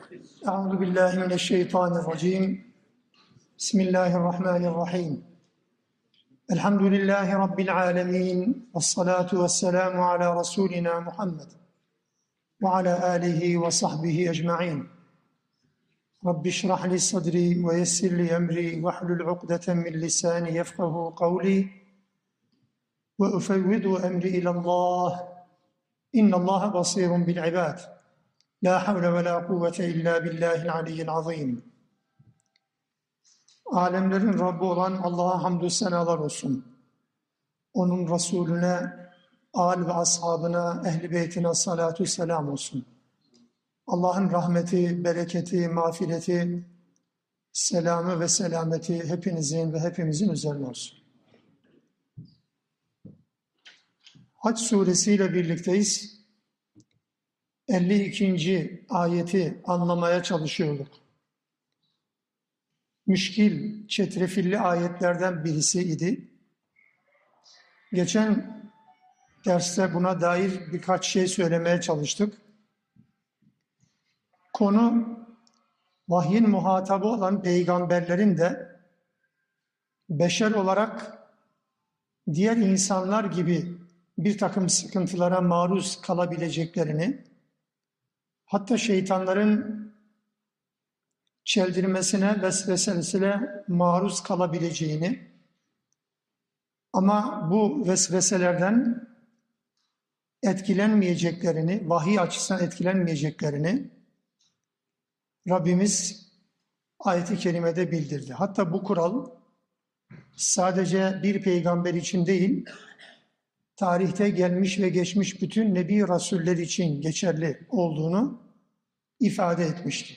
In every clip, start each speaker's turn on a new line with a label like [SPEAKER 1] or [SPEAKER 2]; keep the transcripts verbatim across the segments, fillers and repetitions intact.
[SPEAKER 1] Euzu billahi mineşşeytanirracim. Bismillahirrahmanirrahim. Elhamdülillahi Rabbil alemin. Vessalatu vesselamu ala Resulina Muhammed ve ala alihi ve sahbihi ecma'in. Rabbi şrah li sadri ve yessir li emri ve hlul ukdeten min lisani yefkahu kavli ve ufevvidu emri ilallah. İnnallâhe basîrun bil ibâd. La havle ve la kuvvete illa billahil aliyyil azim. Alemlerin Rabbi olan Allah'a hamdü senalar olsun. Onun Resulüne, âl ve ashabına, ehl-i beytine salatu selam olsun. Allah'ın rahmeti, bereketi, mağfireti, selamı ve selameti hepinizin ve hepimizin üzerine olsun. Hac suresiyle birlikteyiz. elli ikinci ayeti anlamaya çalışıyorduk. Müşkil, çetrefilli ayetlerden birisi idi. Geçen derste buna dair birkaç şey söylemeye çalıştık. Konu, vahyin muhatabı olan peygamberlerin de beşer olarak diğer insanlar gibi bir takım sıkıntılara maruz kalabileceklerini, hatta şeytanların çeldirmesine, vesvesesine maruz kalabileceğini, ama bu vesveselerden etkilenmeyeceklerini, vahiy açısından etkilenmeyeceklerini Rabbimiz ayet-i kerimede bildirdi. Hatta bu kural sadece bir peygamber için değil, tarihte gelmiş ve geçmiş bütün nebi rasuller için geçerli olduğunu ifade etmişti.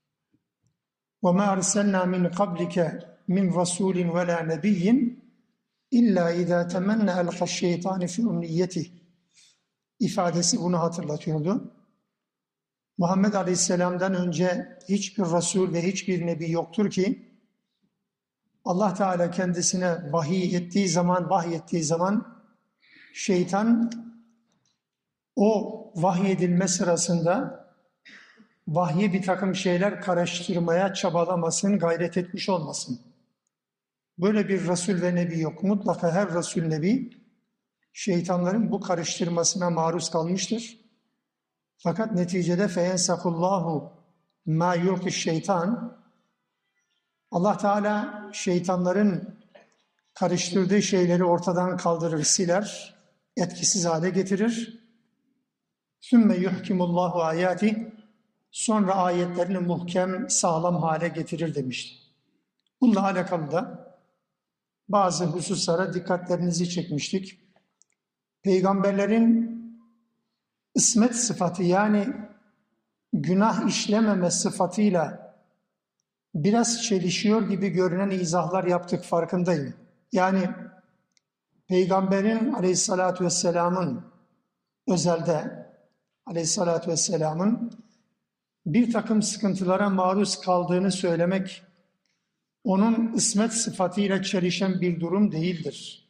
[SPEAKER 1] وَمَا أَرْسَلْنَا مِنْ قَبْلِكَ مِنْ رَسُولٍ وَلَا نَبِيٍّ إِلَّا إِذَا تَمَنَّ أَلْقَى الشَّيْطَانِ فِي أُمْنِيَّتِهِ ifadesi bunu hatırlatıyordu. Muhammed Aleyhisselam'dan önce hiçbir Resul ve hiçbir Nebi yoktur ki Allah Teala kendisine vahiy ettiği zaman, vahyettiği zaman şeytan o vahyedilme sırasında vahye bir takım şeyler karıştırmaya çabalamasın, gayret etmiş olmasın. Böyle bir Resul ve Nebi yok. Mutlaka her Resul Nebi şeytanların bu karıştırmasına maruz kalmıştır. Fakat neticede feyensakullahu ma yulki şeytan, Allah Teala şeytanların karıştırdığı şeyleri ortadan kaldırır, siler, etkisiz hale getirir. Sümme yuhkimullahu ayati, sonra ayetlerini muhkem, sağlam hale getirir demişti. Bununla alakalı da bazı hususlara dikkatlerinizi çekmiştik. Peygamberlerin ismet sıfatı, yani günah işlememe sıfatıyla biraz çelişiyor gibi görünen izahlar yaptık, farkındayım. Yani Peygamberin Aleyhisselatü Vesselam'ın özelde Aleyhisselatü Vesselam'ın bir takım sıkıntılara maruz kaldığını söylemek onun ismet sıfatıyla çelişen bir durum değildir.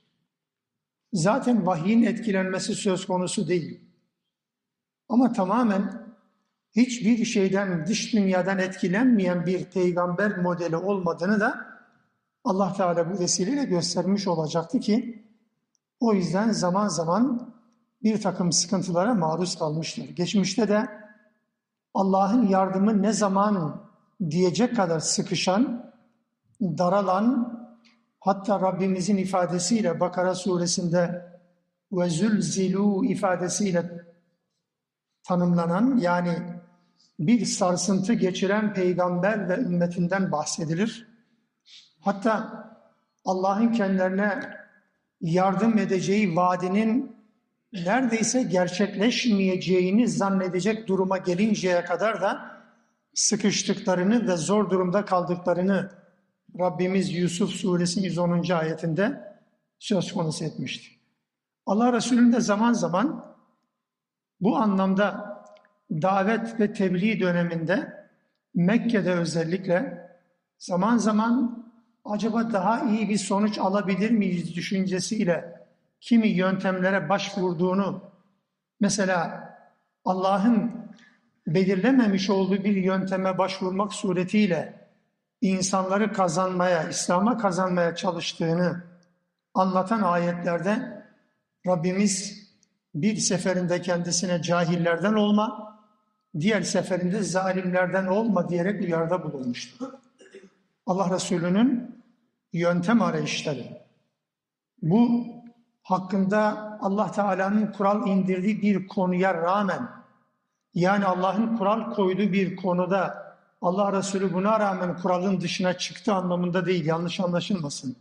[SPEAKER 1] Zaten vahyin etkilenmesi söz konusu değil. Ama tamamen hiçbir şeyden, dış dünyadan etkilenmeyen bir peygamber modeli olmadığını da Allah Teala bu vesileyle göstermiş olacaktı ki o yüzden zaman zaman bir takım sıkıntılara maruz kalmıştır. Geçmişte de Allah'ın yardımı ne zaman diyecek kadar sıkışan, daralan, hatta Rabbimizin ifadesiyle Bakara suresinde ve zülzilu ifadesiyle tanımlanan, yani bir sarsıntı geçiren peygamber ve ümmetinden bahsedilir. Hatta Allah'ın kendilerine yardım edeceği vaadinin neredeyse gerçekleşmeyeceğini zannedecek duruma gelinceye kadar da sıkıştıklarını ve zor durumda kaldıklarını Rabbimiz Yusuf suresinin yüz onuncu ayetinde söz konusu etmişti. Allah Resulü'nün de zaman zaman bu anlamda davet ve tebliğ döneminde Mekke'de özellikle zaman zaman acaba daha iyi bir sonuç alabilir miyiz düşüncesiyle kimi yöntemlere başvurduğunu, mesela Allah'ın belirlememiş olduğu bir yönteme başvurmak suretiyle insanları kazanmaya, İslam'a kazanmaya çalıştığını anlatan ayetlerde Rabbimiz bir seferinde kendisine cahillerden olma, diğer seferinde zalimlerden olma diyerek uyarıda bulunmuştur. Allah Resulü'nün yöntem arayışları, bu hakkında Allah Teala'nın kural indirdiği bir konuya rağmen, yani Allah'ın kural koyduğu bir konuda Allah Resulü buna rağmen kuralın dışına çıktı anlamında değil, yanlış anlaşılmasın.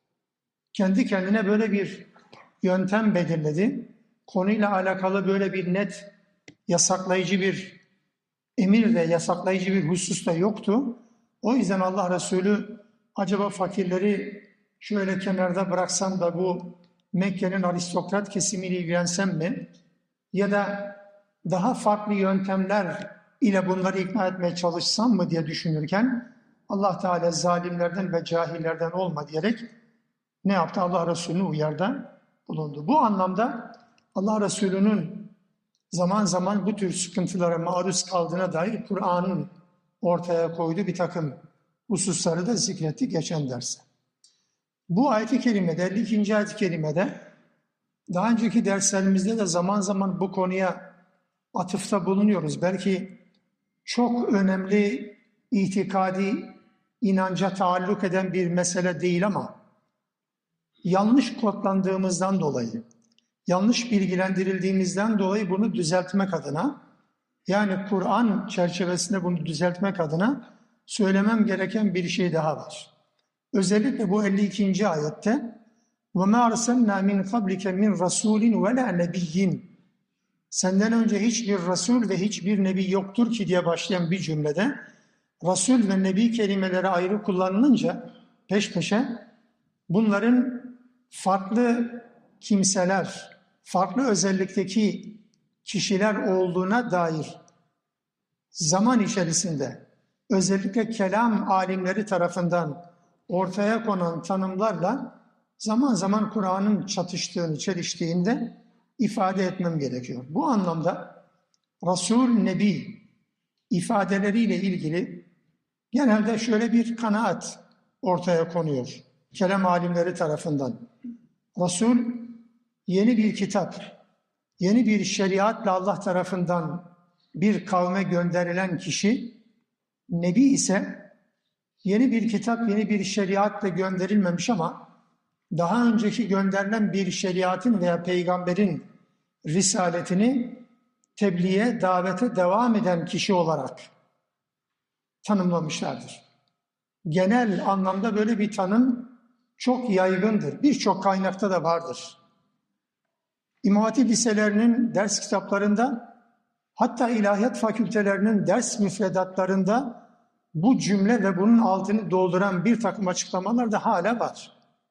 [SPEAKER 1] Kendi kendine böyle bir yöntem belirledi. Konuyla alakalı böyle bir net yasaklayıcı bir emir de yasaklayıcı bir husus da yoktu. O yüzden Allah Resulü acaba fakirleri şöyle kenarda bıraksam da bu Mekke'nin aristokrat kesimiyle ilgilensem mi? Ya da daha farklı yöntemler ile bunları ikna etmeye çalışsam mı diye düşünürken Allah Teala zalimlerden ve cahillerden olma diyerek ne yaptı? Allah Resulü'nü uyarda bulundu. Bu anlamda Allah Resulü'nün zaman zaman bu tür sıkıntılara maruz kaldığına dair Kur'an'ın ortaya koyduğu bir takım hususları da zikretti geçen derste. Bu ayet-i kerimede, elli ikinci ayet-i kerimede daha önceki derslerimizde de zaman zaman bu konuya atıfta bulunuyoruz. Belki çok önemli itikadi inanca taalluk eden bir mesele değil ama yanlış kodlandığımızdan dolayı, yanlış bilgilendirildiğimizden dolayı bunu düzeltmek adına, yani Kur'an çerçevesinde bunu düzeltmek adına söylemem gereken bir şey daha var. Özellikle bu elli ikinci ayette وَمَا أَرْسَلْنَا مِنْ قَبْلِكَ مِنْ رَسُولٍ وَلَا نَبِيٍّ Senden önce hiçbir Resul ve hiçbir Nebi yoktur ki diye başlayan bir cümlede Resul ve Nebi kelimeleri ayrı kullanılınca peş peşe bunların farklı kimseler, farklı özellikteki kişiler olduğuna dair zaman içerisinde özellikle kelam alimleri tarafından ortaya konan tanımlarla zaman zaman Kur'an'ın çatıştığını, çeliştiğinde ifade etmem gerekiyor. Bu anlamda Resul, Nebi ifadeleriyle ilgili genelde şöyle bir kanaat ortaya konuyor kelam alimleri tarafından. Resul yeni bir kitap, yeni bir şeriatla Allah tarafından bir kavme gönderilen kişi, Nebi ise yeni bir kitap, yeni bir şeriatla gönderilmemiş ama daha önceki gönderilen bir şeriatın veya peygamberin risaletini tebliğe, davete devam eden kişi olarak tanımlamışlardır. Genel anlamda böyle bir tanım çok yaygındır. Birçok kaynakta da vardır. İmam Hatip liselerinin ders kitaplarında, hatta ilahiyat fakültelerinin ders müfredatlarında bu cümle ve bunun altını dolduran bir takım açıklamalar da hala var.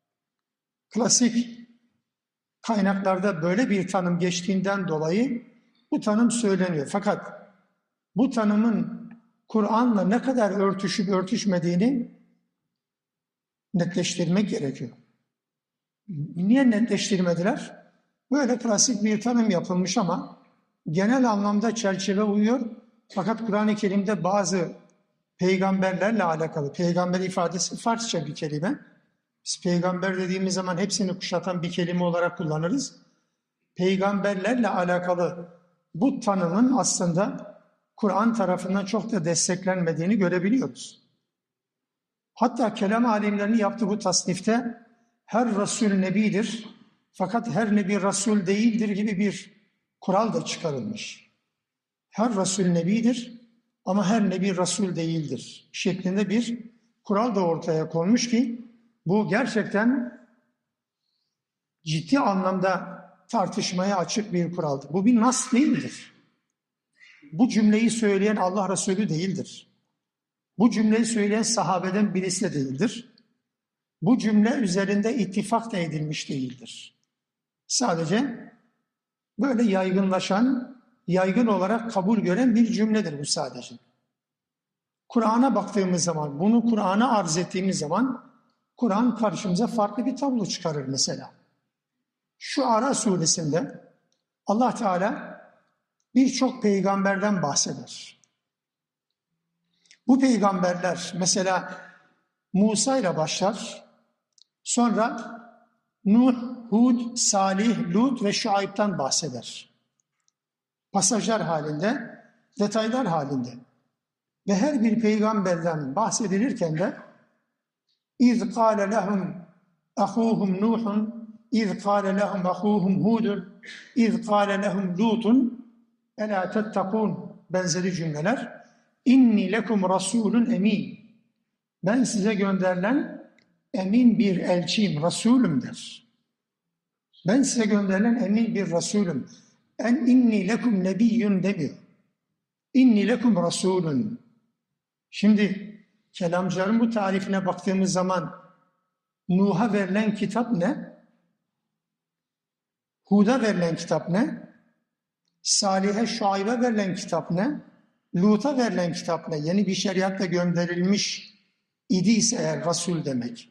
[SPEAKER 1] Klasik kaynaklarda böyle bir tanım geçtiğinden dolayı bu tanım söyleniyor. Fakat bu tanımın Kur'an'la ne kadar örtüşüp örtüşmediğini netleştirmek gerekiyor. Niye netleştirmediler? Böyle klasik bir tanım yapılmış ama genel anlamda çerçeve uyuyor. Fakat Kur'an-ı Kerim'de bazı peygamberlerle alakalı, peygamber ifadesi Farsça bir kelime. Biz peygamber dediğimiz zaman hepsini kuşatan bir kelime olarak kullanırız. Peygamberlerle alakalı bu tanımın aslında Kur'an tarafından çok da desteklenmediğini görebiliyoruz. Hatta kelam alimlerinin yaptığı bu tasnifte her Resul Nebidir fakat her Nebi Resul değildir gibi bir kural da çıkarılmış. Her Resul Nebidir ama her Nebi Resul değildir şeklinde bir kural da ortaya konmuş ki bu gerçekten ciddi anlamda tartışmaya açık bir kuraldır. Bu bir nas değildir. Bu cümleyi söyleyen Allah Resulü değildir. Bu cümleyi söyleyen sahabeden birisi de değildir. Bu cümle üzerinde ittifak da edilmiş değildir. Sadece böyle yaygınlaşan, yaygın olarak kabul gören bir cümledir bu sadece. Kur'an'a baktığımız zaman, bunu Kur'an'a arz ettiğimiz zaman Kur'an karşımıza farklı bir tablo çıkarır mesela. Şu Ara suresinde Allah Teala birçok peygamberden bahseder. Bu peygamberler mesela Musa ile başlar, sonra Nuh, Hud, Salih, Lut ve Şuayb'tan bahseder. Pasajlar halinde, detaylar halinde. Ve her bir peygamberden bahsedilirken de اِذْ قَالَ لَهُمْ اَخُوهُمْ نُوحٌ اِذْ قَالَ لَهُمْ اَخُوهُمْ هُودٌ اِذْ قَالَ لَهُمْ لُوطٌ اَلَا تَتَّقُونَ benzeri cümleler. اِنِّي لَكُمْ رَسُولٌ emin. Ben size gönderilen emin bir elçiyim, Resulüm der. Ben size gönderilen emin bir Resulüm. En inni lekum nebiyyun demiyor. İnni lekum rasulun. Şimdi kelamcıların bu tarifine baktığımız zaman Nuh'a verilen kitap ne? Hud'a verilen kitap ne? Salih'e, Şuayb'e verilen kitap ne? Lut'a verilen kitap ne? Yeni bir şeriatla gönderilmiş idiyse eğer Resul demek.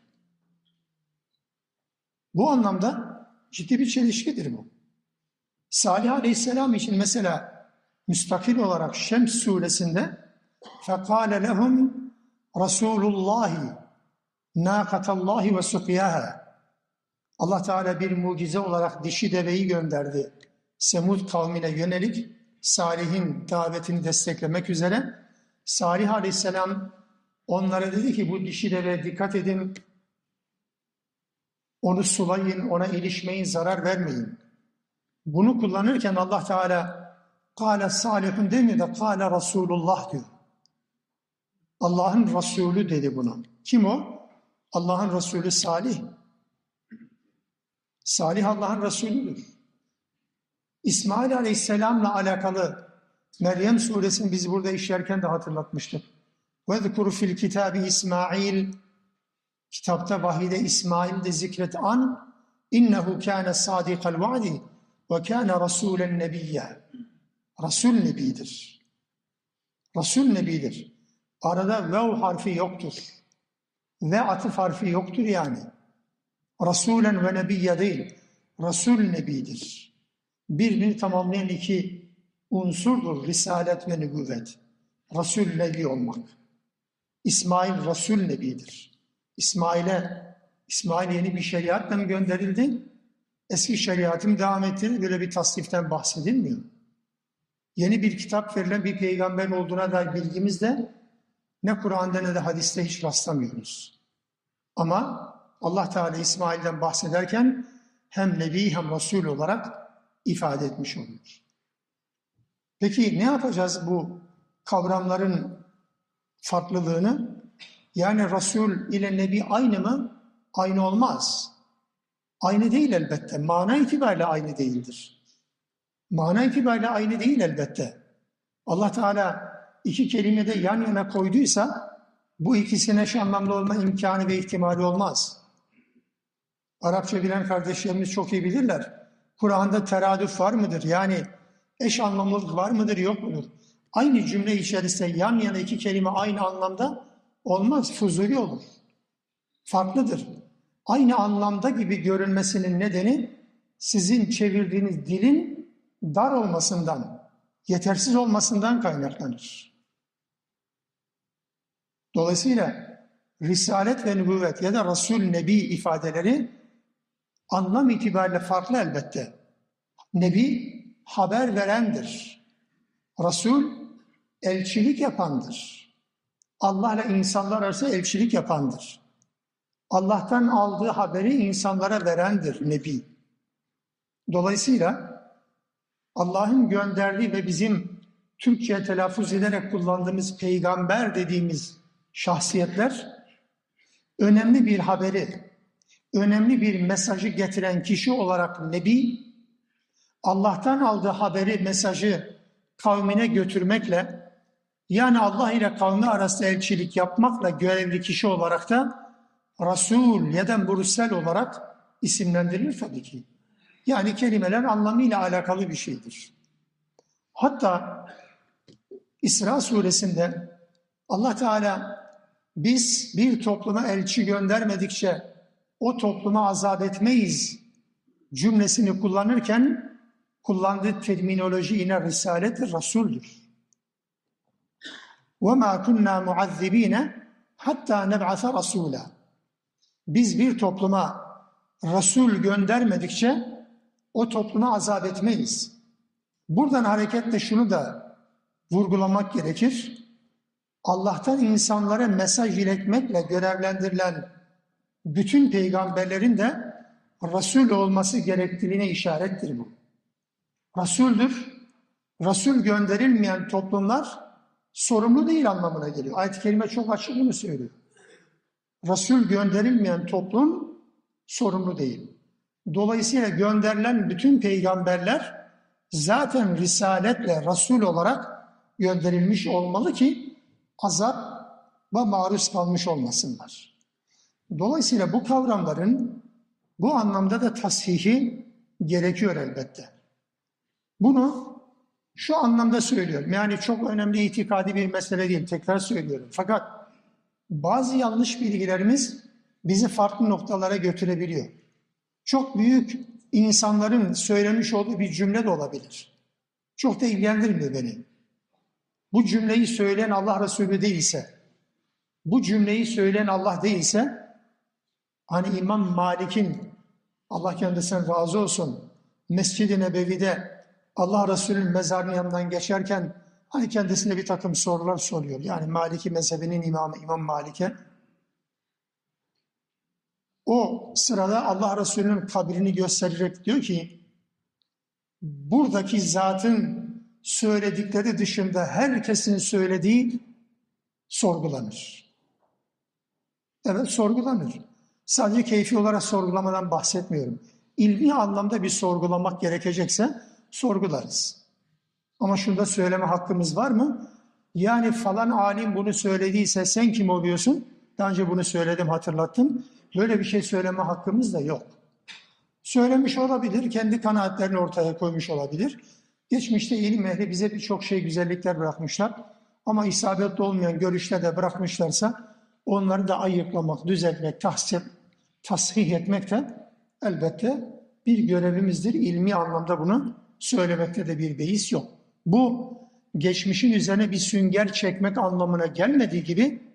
[SPEAKER 1] Bu anlamda ciddi bir çelişkidir bu. Salih Aleyhisselam için mesela müstakil olarak Şems suresinde فَقَالَ لَهُمْ رَسُولُ اللّٰهِ نَاقَةَ اللّٰهِ وَسُقْيَاهَا Allah Teala bir mucize olarak dişi deveyi gönderdi. Semud kavmine yönelik Salih'in davetini desteklemek üzere. Salih Aleyhisselam onlara dedi ki bu dişi deveye dikkat edin, onu sulayın, ona ilişmeyin, zarar vermeyin. Bunu kullanırken Allah Teala "Kâle Salihun" demiyor da "Kâle Resulullah" diyor. Allah'ın Resulü dedi buna. Kim o? Allah'ın Resulü Salih. Salih Allah'ın Resulüdür. İsmail Aleyhisselam'la alakalı Meryem suresini biz burada işlerken de hatırlatmıştık. وَذْكُرُ فِي الْكِتَابِ İsmail Kitapta vahide İsmail de zikret an innehu kâne sâdikal vaadi ve kâne rasûlen nebiyye. Resul nebidir. Resul nebidir. Arada vev harfi yoktur. Ve atıf harfi yoktur yani. Rasûlen ve nebiyye değil. Resul nebidir. Birbirini tamamlayan iki unsurdur. Risalet ve nübüvvet. Resul nebi olmak. İsmail Resul nebidir. İsmail'e, İsmail yeni bir şeriatla mı gönderildi? Eski şeriatım devam ettiğinde böyle bir tasniften bahsedilmiyor. Yeni bir kitap verilen bir peygamber olduğuna dair bilgimizde ne Kur'an'da ne de hadiste hiç rastlamıyoruz. Ama Allah Teala İsmail'den bahsederken hem Nebi hem Resul olarak ifade etmiş oluyor. Peki ne yapacağız bu kavramların farklılığını? Yani Resul ile Nebi aynı mı? Aynı olmaz. Aynı değil elbette. Mana itibariyle aynı değildir. Mana itibariyle aynı değil elbette. Allah Teala iki kelimeyi de yan yana koyduysa bu ikisine eş anlamlı olma imkanı ve ihtimali olmaz. Arapça bilen kardeşlerimiz çok iyi bilirler. Kur'an'da teradüf var mıdır? Yani eş anlamlılık var mıdır, yok mudur? Aynı cümle içerisinde yan yana iki kelime aynı anlamda olmaz, fuzuli olur. Farklıdır. Aynı anlamda gibi görünmesinin nedeni sizin çevirdiğiniz dilin dar olmasından, yetersiz olmasından kaynaklanır. Dolayısıyla Risalet ve Nübüvvet ya da Resul, Nebi ifadeleri anlam itibariyle farklı elbette. Nebi haber verendir. Resul elçilik yapandır. Allah ile insanlar arasında elçilik yapandır. Allah'tan aldığı haberi insanlara verendir Nebi. Dolayısıyla Allah'ın gönderdiği ve bizim Türkçe telaffuz ederek kullandığımız peygamber dediğimiz şahsiyetler önemli bir haberi, önemli bir mesajı getiren kişi olarak Nebi, Allah'tan aldığı haberi, mesajı kavmine götürmekle, yani Allah ile kavmi arasında elçilik yapmakla görevli kişi olarak da Resul ya da Mursel olarak isimlendirilir tabii ki. Yani kelimeler anlamıyla alakalı bir şeydir. Hatta İsra suresinde Allah Teala biz bir topluma elçi göndermedikçe o topluma azap etmeyiz cümlesini kullanırken kullandığı terminoloji yine Risaletir, Resul'dür. وَمَا كُنَّا مُعَذِّب۪ينَ hatta neb'ase rasûlâ. Biz bir topluma Resul göndermedikçe o topluma azap etmeyiz. Buradan hareketle şunu da vurgulamak gerekir. Allah'tan insanlara mesaj iletmekle görevlendirilen bütün peygamberlerin de Resul olması gerektiğine işarettir bu. Resul'dür. Resul gönderilmeyen toplumlar sorumlu değil anlamına geliyor. Ayet-i Kerime çok açık bunu söylüyor. Resul gönderilmeyen toplum sorumlu değil. Dolayısıyla gönderilen bütün peygamberler zaten risaletle Resul olarak gönderilmiş olmalı ki azaba maruz kalmış olmasınlar. Dolayısıyla bu kavramların bu anlamda da tashihi gerekiyor elbette. Bunu şu anlamda söylüyorum. Yani çok önemli itikadi bir mesele değil. Tekrar söylüyorum. Fakat bazı yanlış bilgilerimiz bizi farklı noktalara götürebiliyor. Çok büyük insanların söylemiş olduğu bir cümle de olabilir. Çok da ilgilendirmiyor beni. Bu cümleyi söyleyen Allah Resulü değilse, bu cümleyi söyleyen Allah değilse, hani İmam Malik'in, Allah kendisinden razı olsun, Mescid-i Nebevi'de Allah Resulü'nün mezarının yanından geçerken hani kendisine bir takım sorular soruyor. Yani Maliki mezhebinin imamı İmam Malik'e. O sırada Allah Resulü'nün kabrini göstererek diyor ki, buradaki zatın söyledikleri dışında herkesin söylediği sorgulanır. Evet, sorgulanır. Sadece keyfi olarak sorgulamadan bahsetmiyorum. İlmi anlamda bir sorgulamak gerekecekse sorgularız. Ama şunda söyleme hakkımız var mı? Yani falan alim bunu söylediyse sen kim oluyorsun? Daha önce bunu söyledim, hatırlattım. Böyle bir şey söyleme hakkımız da yok. Söylemiş olabilir, kendi kanaatlerini ortaya koymuş olabilir. Geçmişte ilim ehli bize birçok şey, güzellikler bırakmışlar. Ama isabetli olmayan görüşler de bırakmışlarsa onları da ayıklamak, düzeltmek, tahsih, tasih etmek de elbette bir görevimizdir. İlmi anlamda bunu söylemekte de bir beis yok. Bu geçmişin üzerine bir sünger çekmek anlamına gelmediği gibi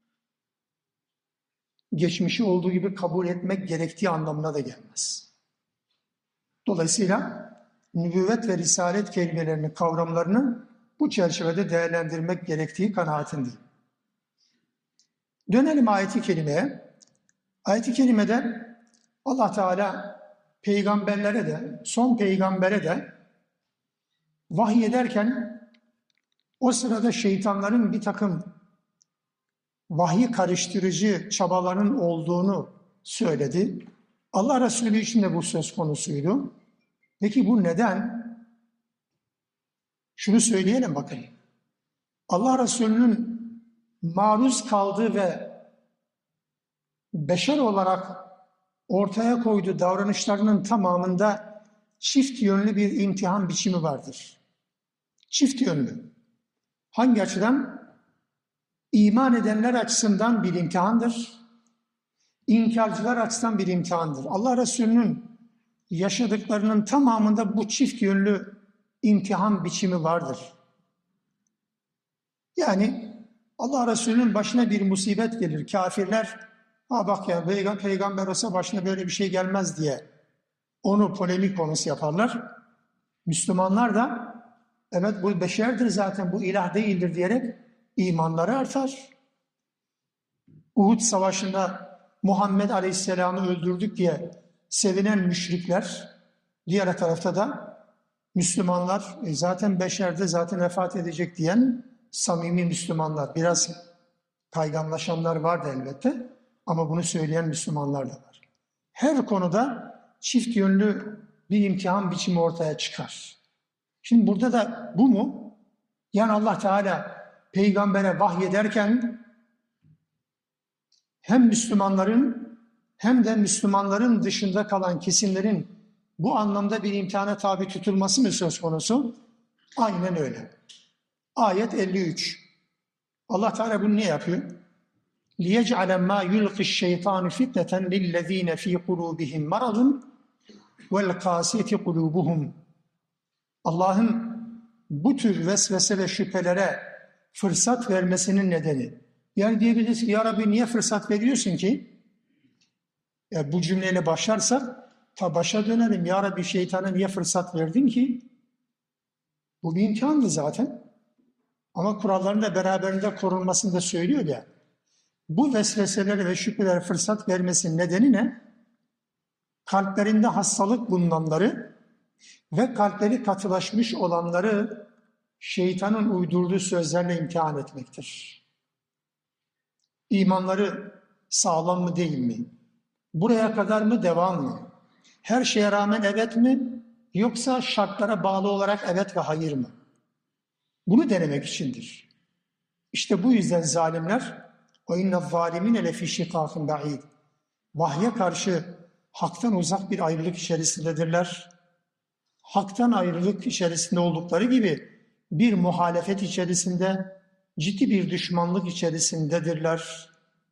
[SPEAKER 1] geçmişi olduğu gibi kabul etmek gerektiği anlamına da gelmez. Dolayısıyla nübüvvet ve risalet kelimelerinin kavramlarını bu çerçevede değerlendirmek gerektiği kanaatindeyim. Dönelim ayet-i kerimeye. Ayet-i kerimede Allah Teala peygamberlere de, son peygambere de vahiy ederken o sırada şeytanların bir takım vahiy karıştırıcı çabaların olduğunu söyledi. Allah Resulü için de bu söz konusuydu. Peki bu neden? Şunu söyleyelim bakın. Allah Resulü'nün maruz kaldığı ve beşer olarak ortaya koyduğu davranışlarının tamamında çift yönlü bir imtihan biçimi vardır. Çift yönlü. Hangi açıdan? İman edenler açısından bir imtihandır. İnkarcılar açısından bir imtihandır. Allah Resulü'nün yaşadıklarının tamamında bu çift yönlü imtihan biçimi vardır. Yani Allah Resulü'nün başına bir musibet gelir. Kafirler, ha bak ya peygamber olsa başına böyle bir şey gelmez diye onu polemik konusu yaparlar. Müslümanlar da evet bu beşerdir zaten, bu ilah değildir diyerek imanları artar. Uhud Savaşı'nda Muhammed Aleyhisselam'ı öldürdük diye sevinen müşrikler, diğer tarafta da Müslümanlar e zaten beşerde zaten vefat edecek diyen samimi Müslümanlar. Biraz kayganlaşanlar vardı elbette ama bunu söyleyen Müslümanlar da var. Her konuda çift yönlü bir imtihan biçimi ortaya çıkar. Şimdi burada da bu mu? Yani Allah Teala peygambere vahyederken hem Müslümanların hem de Müslümanların dışında kalan kesimlerin bu anlamda bir imtihana tabi tutulması mı söz konusu? Aynen öyle. Ayet elli üç. Allah Teala bunu ne yapıyor? لِيَجْعَلَ مَا يُلْقِ الشَّيْطَانُ فِتْنَةً لِلَّذ۪ينَ ف۪ي قُلُوبِهِمْ مَرَضٌ وَالْقَاسِيَةِ قُلُوبُهُمْ. Allah'ın bu tür vesvese ve şüphelere fırsat vermesinin nedeni. Yani diyebiliriz ki ya Rabbi niye fırsat veriyorsun ki? E, bu cümleyle başlarsak ta başa dönelim. Ya Rabbi şeytana niye fırsat verdin ki? Bu bir imtihandı zaten. Ama kuralların da beraberinde korunmasını da söylüyor ya. Bu vesveselere ve şüphelere fırsat vermesinin nedeni ne? Kalplerinde hastalık bulunanları ve kalpleri katılaşmış olanları şeytanın uydurduğu sözlerle imtihan etmektir. İmanları sağlam mı değil mi? Buraya kadar mı devam mı? Her şeye rağmen evet mi? Yoksa şartlara bağlı olarak evet ve hayır mı? Bunu denemek içindir. İşte bu yüzden zalimler وَاِنَّ الظَّالِمِينَ لَفِي شِقَاقٍ بَعِيدٍ Vahye karşı haktan uzak bir ayrılık içerisindedirler. Haktan ayrılık içerisinde oldukları gibi bir muhalefet içerisinde, ciddi bir düşmanlık içerisindedirler.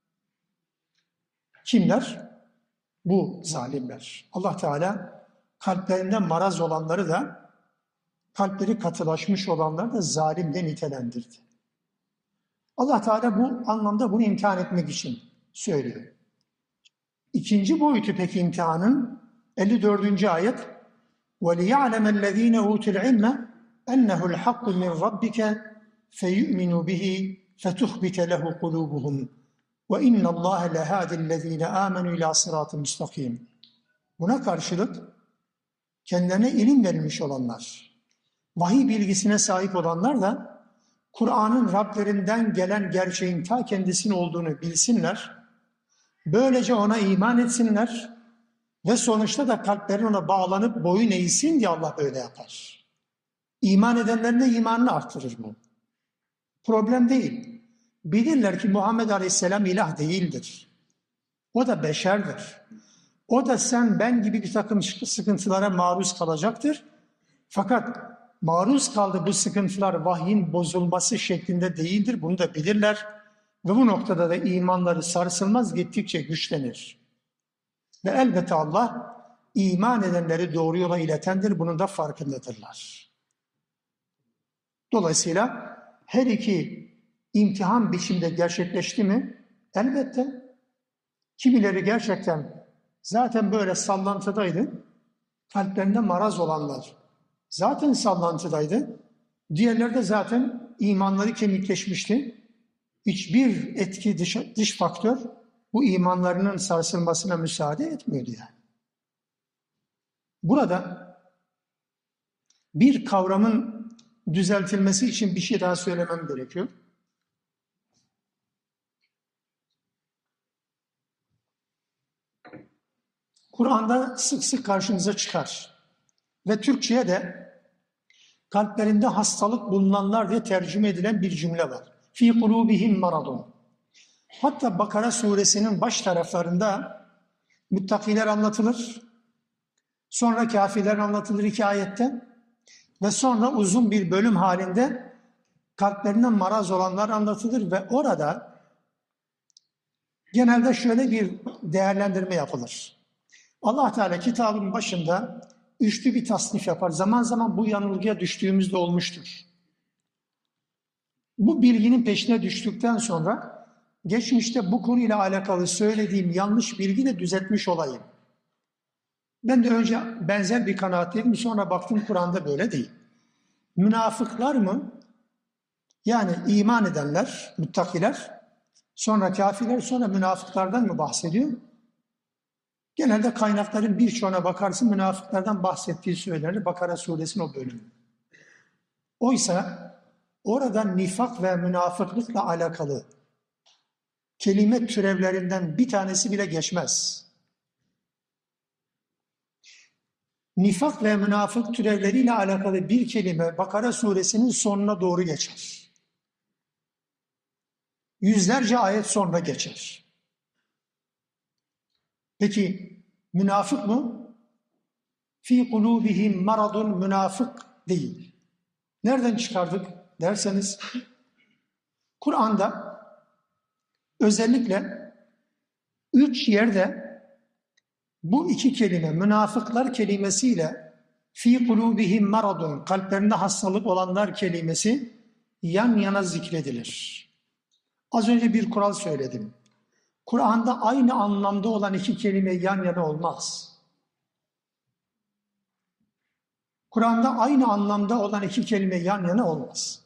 [SPEAKER 1] Kimler? Bu zalimler. Allah Teala kalplerinde maraz olanları da, kalpleri katılaşmış olanları da zalimle nitelendirdi. Allah Teala bu anlamda bunu imtihan etmek için söylüyor. İkinci boyutu peki imtihanın elli dördüncü ayet وَلِيَعْلَمَ الَّذ۪ينَ اُوتُوا الْعِلْمَ اَنَّهُ الْحَقُّ مِنْ رَبِّكَ فَيُؤْمِنُوا بِهِ فَتُخْبِتَ لَهُ قُلُوبُهُمْ وَاِنَّ اللّٰهَ لَهَادِ الَّذ۪ينَ آمَنُوا اِلٰى صِرَاطٍ مُسْتَقِيمٍ Buna karşılık kendilerine ilim verilmiş olanlar, vahiy bilgisine sahip olanlar da Kur'an'ın Rablerinden gelen gerçeğin ta kendisinin olduğunu bilsinler, böylece ona iman etsinler ve sonuçta da kalplerin ona bağlanıp boyun eğsin diye Allah böyle yapar. İman edenlerin de imanını artırır bu. Problem değil. Bilirler ki Muhammed Aleyhisselam ilah değildir. O da beşerdir. O da sen ben gibi bir takım sıkıntılara maruz kalacaktır. Fakat maruz kaldığı bu sıkıntılar vahyin bozulması şeklinde değildir. Bunu da bilirler. Ve bu noktada da imanları sarsılmaz, gittikçe güçlenir. Ve elbette Allah iman edenleri doğru yola iletendir. Bunun da farkındadırlar. Dolayısıyla her iki imtihan biçimde gerçekleşti mi? Elbette. Kimileri gerçekten zaten böyle sallantıdaydı. Kalplerinde maraz olanlar zaten sallantıdaydı. Diğerleri de zaten imanları kemikleşmişti. Hiçbir etki, dış, dış faktör bu imanlarının sarsılmasına müsaade etmiyordu yani. Burada bir kavramın düzeltilmesi için bir şey daha söylemem gerekiyor. Kur'an'da sık sık karşımıza çıkar. Ve Türkçe'ye de kalplerinde hastalık bulunanlar diye tercüme edilen bir cümle var. Fî kulûbihim maradun. Hatta Bakara suresinin baş taraflarında müttakiler anlatılır. Sonra kafirler anlatılır iki ayette. Ve sonra uzun bir bölüm halinde kalplerinde maraz olanlar anlatılır ve orada genelde şöyle bir değerlendirme yapılır. Allah Teala kitabın başında üçlü bir tasnif yapar. Zaman zaman bu yanılgıya düştüğümüzde olmuştur. Bu bilginin peşine düştükten sonra geçmişte bu konuyla alakalı söylediğim yanlış bilgi de düzeltmiş olayım. Ben de önce benzer bir kanaatteydim, sonra baktım Kur'an'da böyle değil. Münafıklar mı? Yani iman edenler, müttakiler, sonra kafirler, sonra münafıklardan mı bahsediyor? Genelde kaynakların birçoğuna bakarsın münafıklardan bahsettiği söylenir. Bakara suresinin o bölümü. Oysa orada nifak ve münafıklıkla alakalı kelime türevlerinden bir tanesi bile geçmez. Nifak ve münafık türevleriyle alakalı bir kelime Bakara suresinin sonuna doğru geçer. Yüzlerce ayet sonra geçer. Peki münafık mı? Fî kulûbihim maradun münafık değil. Nereden çıkardık derseniz Kur'an'da özellikle üç yerde bu iki kelime münafıklar kelimesiyle fi kulubihim maradun, kalplerinde hastalık olanlar kelimesi yan yana zikredilir. Az önce bir kural söyledim. Kur'an'da aynı anlamda olan iki kelime yan yana olmaz. Kur'an'da aynı anlamda olan iki kelime yan yana olmaz.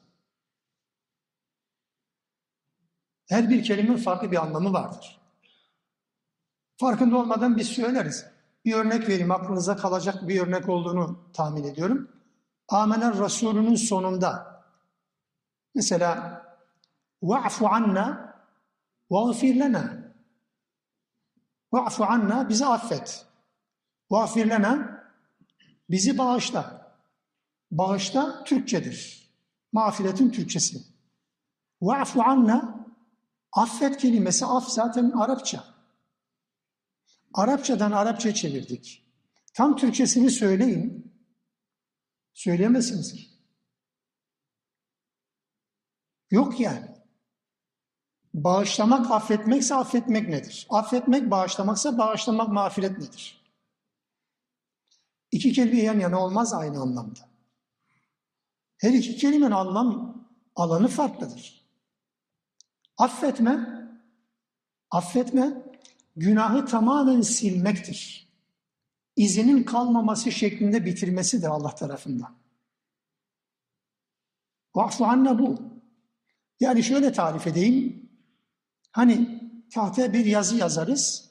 [SPEAKER 1] Her bir kelimenin farklı bir anlamı vardır. Farkında olmadan biz söyleriz. Bir örnek vereyim, aklınıza kalacak bir örnek olduğunu tahmin ediyorum. Amener Resulü'nün sonunda mesela وَعْفُ عَنَّا وَغْفِرْ لَنَا وَعْفُ عَنَّا, bizi affet. وَغْفِرْ لَنَا, bizi bağışla. Bağışla Türkçedir. Mağfiretin Türkçesi. وَعْفُ عَنَّا, affet kelimesi, af zaten Arapça. Arapçadan Arapça çevirdik. Tam Türkçesini söyleyin. Söyleyemezsiniz ki. Yok yani. Bağışlamak, affetmekse affetmek nedir? Affetmek, bağışlamaksa bağışlamak, mağfiret nedir? İki kelime yan yana olmaz aynı anlamda. Her iki kelimenin anlam alanı farklıdır. Affetme, affetme, günahı tamamen silmektir. İzinin kalmaması şeklinde bitirmesidir Allah tarafından. Va'fu anna bu. Yani şöyle tarif edeyim. Hani tahtaya bir yazı yazarız.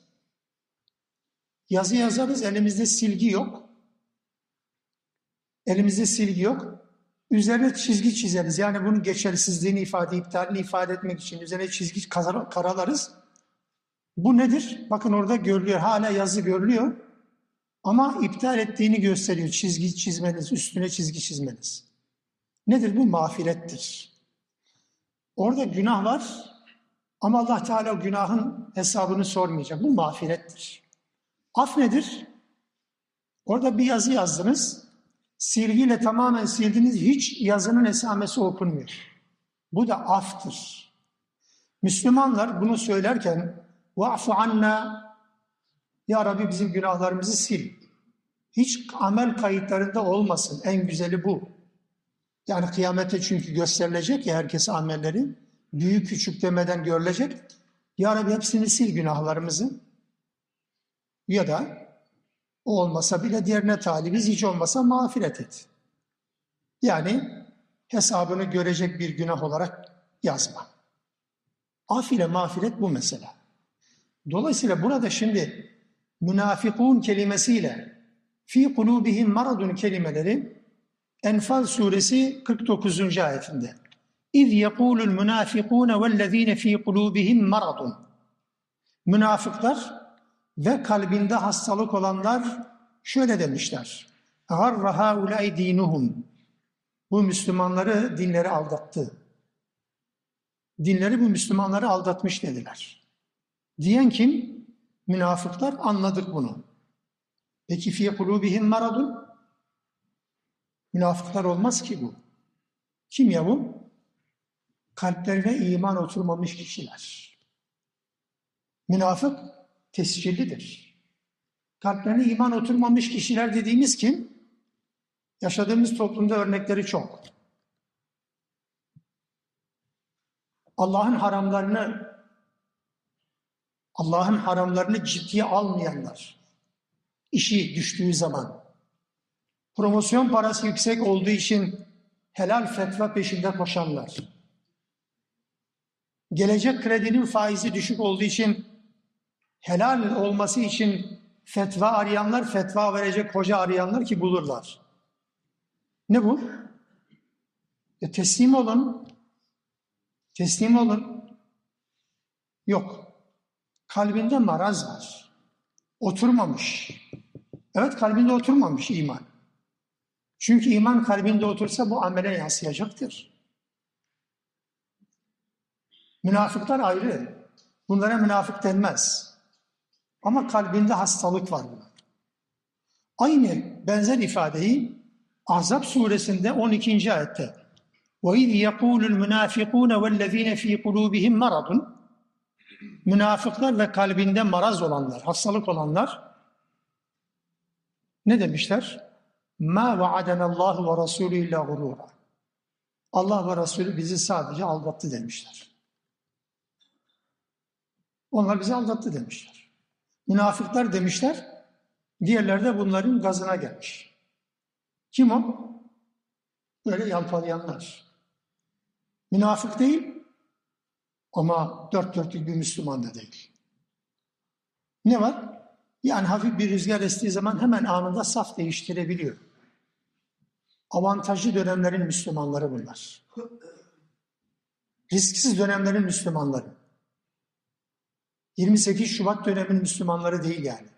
[SPEAKER 1] Yazı yazarız, elimizde silgi yok. Elimizde silgi yok. Üzerine çizgi çizeriz. Yani bunun geçersizliğini ifade, iptalini ifade etmek için üzerine çizgi karalarız. Bu nedir? Bakın orada görülüyor. Hala yazı görülüyor. Ama iptal ettiğini gösteriyor. Çizgi çizmeniz, üstüne çizgi çizmeniz. Nedir bu? Mağfirettir. Orada günah var ama Allah Teala o günahın hesabını sormayacak. Bu mağfirettir. Af nedir? Orada bir yazı yazdınız. Silgiyle tamamen sildiniz. Hiç yazının esamesi okunmuyor. Bu da aftır. Müslümanlar bunu söylerken وَعْفُ عَنَّا, Ya Rabbi bizim günahlarımızı sil. Hiç amel kayıtlarında olmasın. En güzeli bu. Yani kıyamete çünkü gösterilecek ya herkes amelleri. Büyük küçük demeden görülecek. Ya Rabbi hepsini sil günahlarımızı. Ya da o olmasa bile diğerine talibiz, hiç olmasa mağfiret et. Yani hesabını görecek bir günah olarak yazma. Af ile mağfiret bu mesela. Dolayısıyla burada şimdi münafıkun kelimesiyle fi kulubihim maradun kelimeleri Enfal suresi kırk dokuzuncu ayetinde. İz yekulul münafikun vellezine fi kulubihim maradun. Münafıklar ve kalbinde hastalık olanlar şöyle demişler. Garra haulâi dinuhum. Bu Müslümanları, dinleri aldattı. Dinleri bu Müslümanları aldatmış dediler. Diyen kim? Münafıklar, anladık bunu. Peki fi kulubihim maradun? Münafıklar olmaz ki bu. Kim ya bu? Kalplerine iman oturmamış kişiler. Münafık tescillidir. Kalplerine iman oturmamış kişiler dediğimiz kim? Yaşadığımız toplumda örnekleri çok. Allah'ın haramlarını Allah'ın haramlarını ciddiye almayanlar, işi düştüğü zaman, promosyon parası yüksek olduğu için helal fetva peşinde koşanlar, gelecek kredinin faizi düşük olduğu için helal olması için fetva arayanlar, fetva verecek hoca arayanlar ki bulurlar. Ne bu? E teslim olun. Teslim olun. Yok. Kalbinde maraz var. Oturmamış. Evet, kalbinde oturmamış iman. Çünkü iman kalbinde otursa bu amele yansıyacaktır. Münafıklar ayrı. Bunlara münafık denmez. Ama kalbinde hastalık var. Aynı benzer ifadeyi Ahzab suresinde on ikinci ayette وَاِذْ يَقُولُ الْمُنَافِقُونَ وَالَّذ۪ينَ ف۪ي قُلُوبِهِمْ مَرَضٌ. Münafıklar ve kalbinde maraz olanlar, hastalık olanlar ne demişler? مَا وَعَدَنَ اللّٰهُ وَرَسُولُ اِلَّا غُرُورًا. Allah ve Resulü bizi sadece aldattı demişler. Onlar bizi aldattı demişler. Münafıklar demişler, diğerleri de bunların gazına gelmiş. Kim o? Böyle yalpalayanlar. Münafık değil ama dört dörtlük bir Müslüman da değil. Ne var? Yani hafif bir rüzgar estiği zaman hemen anında saf değiştirebiliyor. Avantajlı dönemlerin Müslümanları bunlar. Risksiz dönemlerin Müslümanları. yirmi sekiz Şubat dönemin Müslümanları değil yani.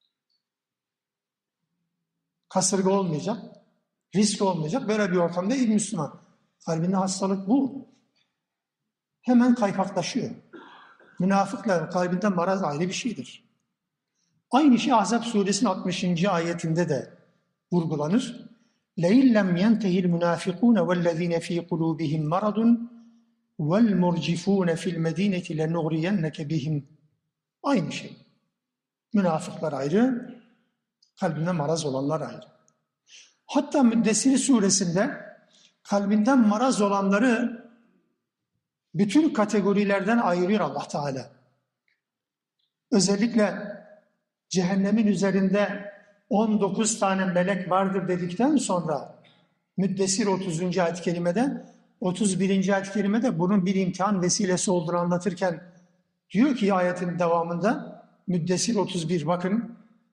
[SPEAKER 1] Kasırga olmayacak, risk olmayacak. Böyle bir ortamda ilk Müslüman. Kalbinde hastalık bu. Hemen kaypaklaşıyor. Münafıklar kalbinde maraz ayrı bir şeydir. Aynı şey Ahzab suresinin altmışıncı ayetinde de vurgulanır. لَاِنْ لَمْ يَنْتَهِ الْمُنَافِقُونَ وَالَّذ۪ينَ ف۪ي قُلُوبِهِمْ مَرَضٌ وَالْمُرْجِفُونَ فِي الْمَد۪ينَةِ لَنُغْرِيَنَّكَ بِهِمْ. Aynı şey. Münafıklar ayrı, kalbinde maraz olanlar ayrı. Hatta Müddessir suresinde kalbinden maraz olanları bütün kategorilerden ayırıyor Allah Teala. Özellikle cehennemin üzerinde on dokuz tane melek vardır dedikten sonra Müddessir otuzuncu ayet-i kerimede, otuz birinci ayet-i kerimede bunun bir imtihan vesilesi olduğunu anlatırken diyor ki ayetin devamında Müddessir otuz bir, bakın,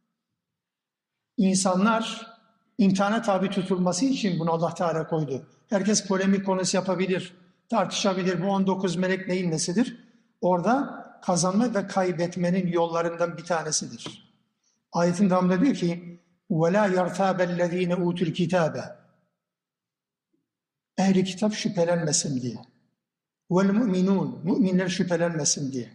[SPEAKER 1] insanlar imtihana tabi tutulması için bunu Allah Teala koydu. Herkes polemik konusu yapabilir, tartışabilir. Bu on dokuz melek neyin nesidir? Orada kazanma ve kaybetmenin yollarından bir tanesidir. Ayetin devamında diyor ki وَلَا يَرْتَابَ الَّذ۪ينَ اُوتُوا الْكِتَابَ. Ehli kitap şüphelenmesin diye. وَالْمُؤْمِنُونَ. Müminler şüphelenmesin diye.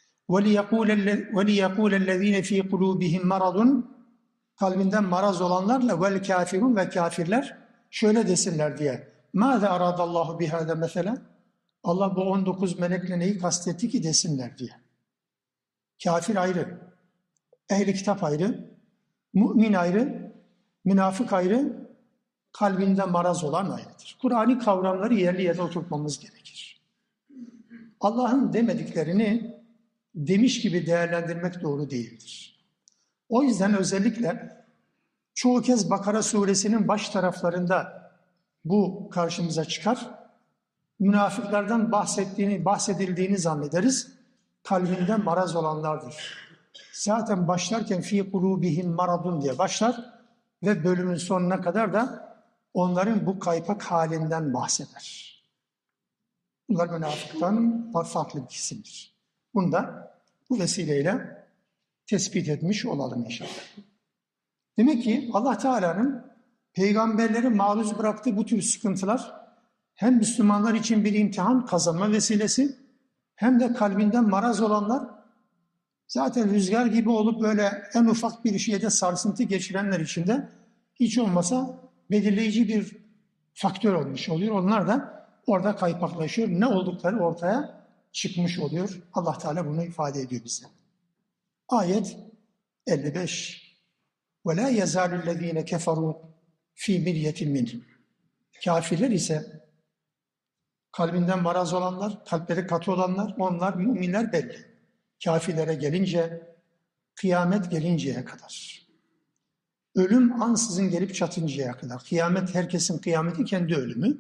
[SPEAKER 1] وَلِيَقُولَ الَّذ۪ينَ ف۪ي قُلُوبِهِمْ مَرَضٌ. Kalbinden maraz olanlarla vel kafirun ve kafirler şöyle desinler diye. مَاذَا اَرَادَ اللّٰهُ بِهَذَا مَثَلًا. Allah bu on dokuz melekle neyi kastetti ki desinler diye. Kafir ayrı, ehli kitap ayrı, mümin ayrı, münafık ayrı, kalbinde maraz olan ayrıdır. Kur'an'ı kavramları yerli yerine oturtmamız gerekir. Allah'ın demediklerini demiş gibi değerlendirmek doğru değildir. O yüzden özellikle çoğu kez Bakara suresinin baş taraflarında bu karşımıza çıkar. Münafıklardan bahsettiğini, bahsedildiğini zannederiz. Kalbinde maraz olanlardır. Zaten başlarken fi kulubihim maradun diye başlar ve bölümün sonuna kadar da onların bu kaypak halinden bahseder. Bunlar münafıktan farklı bir kesimdir. Bunu da bu vesileyle tespit etmiş olalım inşallah. Demek ki Allah Teala'nın peygamberleri maruz bıraktığı bu tür sıkıntılar hem Müslümanlar için bir imtihan kazanma vesilesi hem de kalbinden maraz olanlar zaten rüzgar gibi olup böyle en ufak bir şeyde sarsıntı geçirenler için de hiç olmasa belirleyici bir faktör olmuş oluyor. Onlar da orada kaypaklaşıyor. Ne oldukları ortaya çıkmış oluyor. Allah Teala bunu ifade ediyor bize. Ayet elli beş. وَلَا يَزَالُ الَّذ۪ينَ كَفَرُوا ف۪ي مِرْيَةٍ مِنْهِ. Kafirler ise kalbinden maraz olanlar, kalpleri katı olanlar, onlar müminler belli. Kafirlere gelince, kıyamet gelinceye kadar. Ölüm ansızın gelip çatıncaya kadar. Kıyamet, herkesin kıyameti kendi ölümü.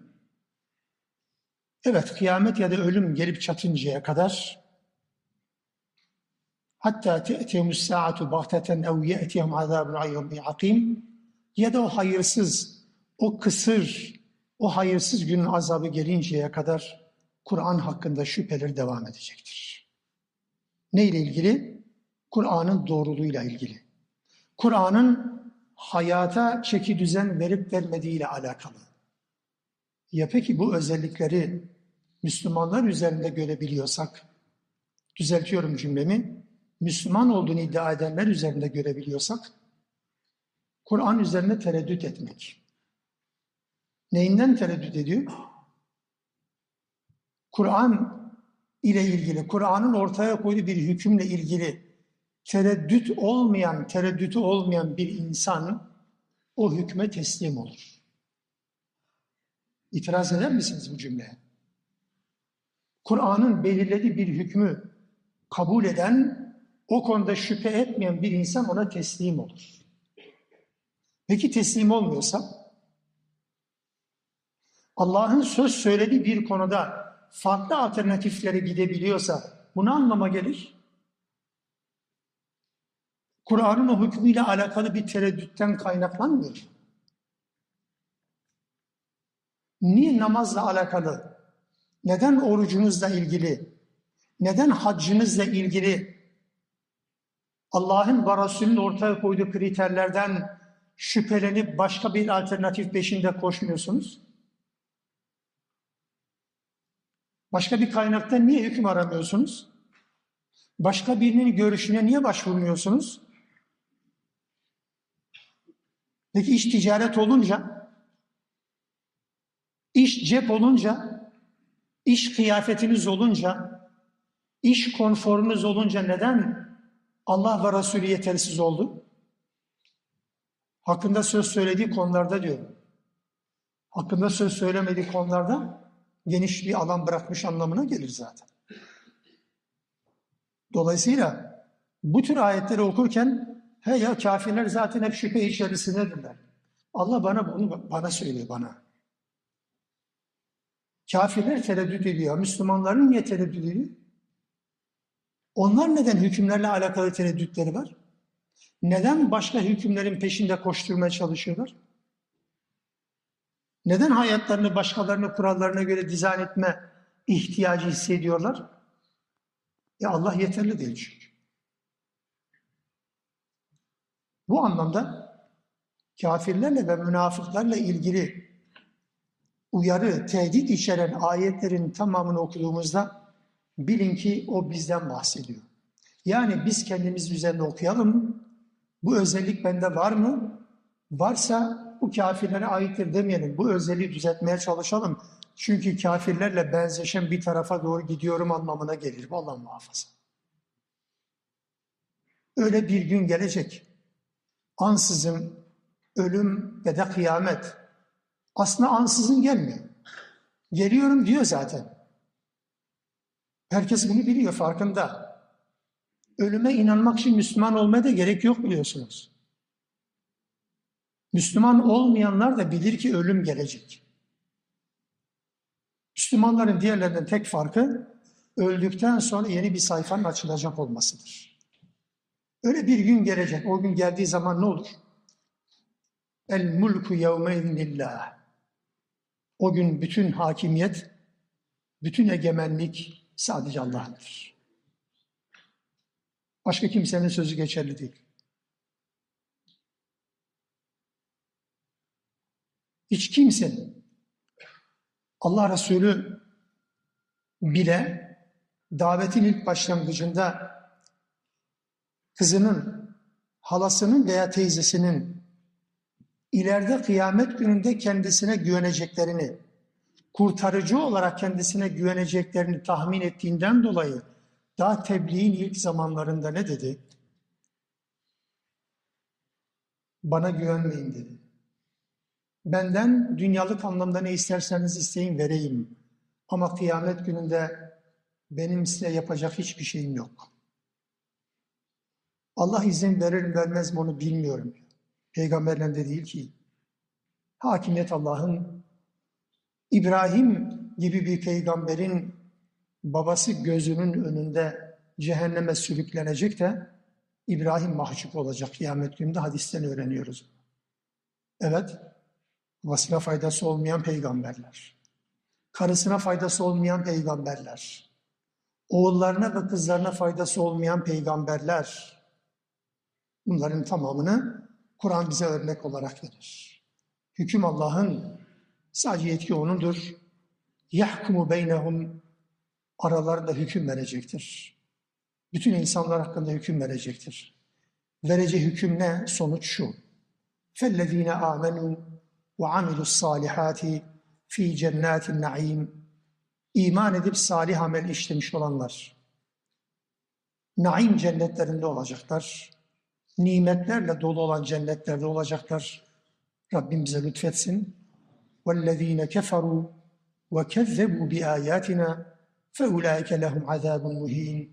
[SPEAKER 1] Evet, kıyamet ya da ölüm gelip çatıncaya kadar hatta te'tiyemus saatu baghteten ev ye'tiyehum azabun ayyubi akim, ya da o hayırsız, o kısır, o hayırsız günün azabı gelinceye kadar Kur'an hakkında şüpheler devam edecektir. Neyle ilgili? Kur'an'ın doğruluğuyla ilgili. Kur'an'ın hayata çeki düzen verip vermediğiyle alakalı. Ya peki bu özellikleri Müslümanlar üzerinde görebiliyorsak, düzeltiyorum cümlemi, Müslüman olduğunu iddia edenler üzerinde görebiliyorsak, Kur'an üzerine tereddüt etmek. Neyinden tereddüt ediyor? Kur'an ile ilgili, Kur'an'ın ortaya koyduğu bir hükümle ilgili tereddüt olmayan, tereddütü olmayan bir insan o hükme teslim olur. İtiraz eder misiniz bu cümleye? Kur'an'ın belirlediği bir hükmü kabul eden, o konuda şüphe etmeyen bir insan ona teslim olur. Peki teslim olmuyorsa? Allah'ın söz söylediği bir konuda farklı alternatiflere gidebiliyorsa bu ne anlama gelir? Kur'an'ın o hükmüyle alakalı bir tereddütten kaynaklanmıyor. Niye namazla alakalı, neden orucunuzla ilgili, neden haccınızla ilgili Allah'ın ve Resulünün ortaya koyduğu kriterlerden şüphelenip başka bir alternatif peşinde koşmuyorsunuz? Başka bir kaynakta niye hüküm aramıyorsunuz? Başka birinin görüşüne niye başvurmuyorsunuz? Peki iş ticaret olunca, iş cep olunca, iş kıyafetiniz olunca, iş konforunuz olunca neden Allah ve Resulü yetersiz oldu? Hakkında söz söylediği konularda diyor. Hakkında söz söylemediği konularda geniş bir alan bırakmış anlamına gelir zaten. Dolayısıyla bu tür ayetleri okurken he ya kafirler zaten hep şüphe içerisindedirler. Allah bana bunu bana söylüyor bana. Kafirler tereddüt ediyor. Müslümanların niye tereddüt ediyor? Onlar neden hükümlerle alakalı tereddütleri var? Neden başka hükümlerin peşinde koşturmaya çalışıyorlar? Neden hayatlarını başkalarının kurallarına göre dizayn etme ihtiyacı hissediyorlar? Ya Allah yeterli değil çünkü. Bu anlamda kafirlerle ve münafıklarla ilgili uyarı, tehdit içeren ayetlerin tamamını okuduğumuzda bilin ki o bizden bahsediyor. Yani biz kendimiz üzerine okuyalım. Bu özellik bende var mı? Varsa bu kafirlere aittir demeyelim. Bu özelliği düzeltmeye çalışalım. Çünkü kafirlerle benzeşen bir tarafa doğru gidiyorum anlamına gelir. Vallahi muhafaza. Öyle bir gün gelecek. Ansızın ölüm ve de kıyamet. Aslında ansızın gelmiyor. Geliyorum diyor zaten. Herkes bunu biliyor, farkında. Ölüme inanmak için Müslüman olmaya da gerek yok biliyorsunuz. Müslüman olmayanlar da bilir ki ölüm gelecek. Müslümanların diğerlerinden tek farkı öldükten sonra yeni bir sayfanın açılacak olmasıdır. Öyle bir gün gelecek. O gün geldiği zaman ne olur? El mulku yevmeydin lillah. O gün bütün hakimiyet, bütün egemenlik sadece Allah'ındır. Başka kimsenin sözü geçerli değil. Hiç kimsenin Allah Resulü bile davetin ilk başlangıcında kızının, halasının veya teyzesinin ileride kıyamet gününde kendisine güveneceklerini, kurtarıcı olarak kendisine güveneceklerini tahmin ettiğinden dolayı daha tebliğin ilk zamanlarında ne dedi? Bana güvenmeyin dedi. Benden dünyalık anlamda ne isterseniz isteyin vereyim. Ama kıyamet gününde benim size yapacak hiçbir şeyim yok. Allah izin verir mi vermez mi onu bilmiyorum. Peygamberle de değil ki. Hakimiyet Allah'ın. İbrahim gibi bir peygamberin babası gözünün önünde cehenneme sürüklenecek de İbrahim mahcup olacak kıyamet gününde, hadisten öğreniyoruz. Evet, babasına faydası olmayan peygamberler, karısına faydası olmayan peygamberler, oğullarına ve kızlarına faydası olmayan peygamberler, bunların tamamını Kur'an bize örnek olarak verir. Hüküm Allah'ın, sadece yetki O'nundur. يَحْكُمُ بَيْنَهُمْ aralarında hüküm verecektir. Bütün insanlar hakkında hüküm verecektir. Vereceği hüküm ne? Sonuç şu. فَالَّذ۪ينَ آمَنُوا وَعَمِلُوا الصَّالِحَاتِ ف۪ي جَنَّاتِ النَّعِيمِ İman edip salih amel işlemiş olanlar, naim cennetlerinde olacaklar. Nimetlerle dolu olan cennetlerde olacaklar. Rabbim bize lütfetsin. وَالَّذ۪ينَ كَفَرُوا وَكَذَّبُوا بِآيَاتِنَا فَاُولَٰئِكَ لَهُمْ عَذَابٌ مُه۪ينٌ.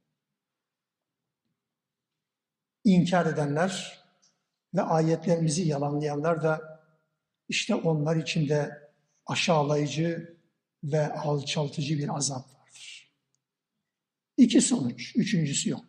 [SPEAKER 1] İnkar edenler ve ayetlerimizi yalanlayanlar da işte onlar için de aşağılayıcı ve alçaltıcı bir azap vardır. İki sonuç, üçüncüsü yok.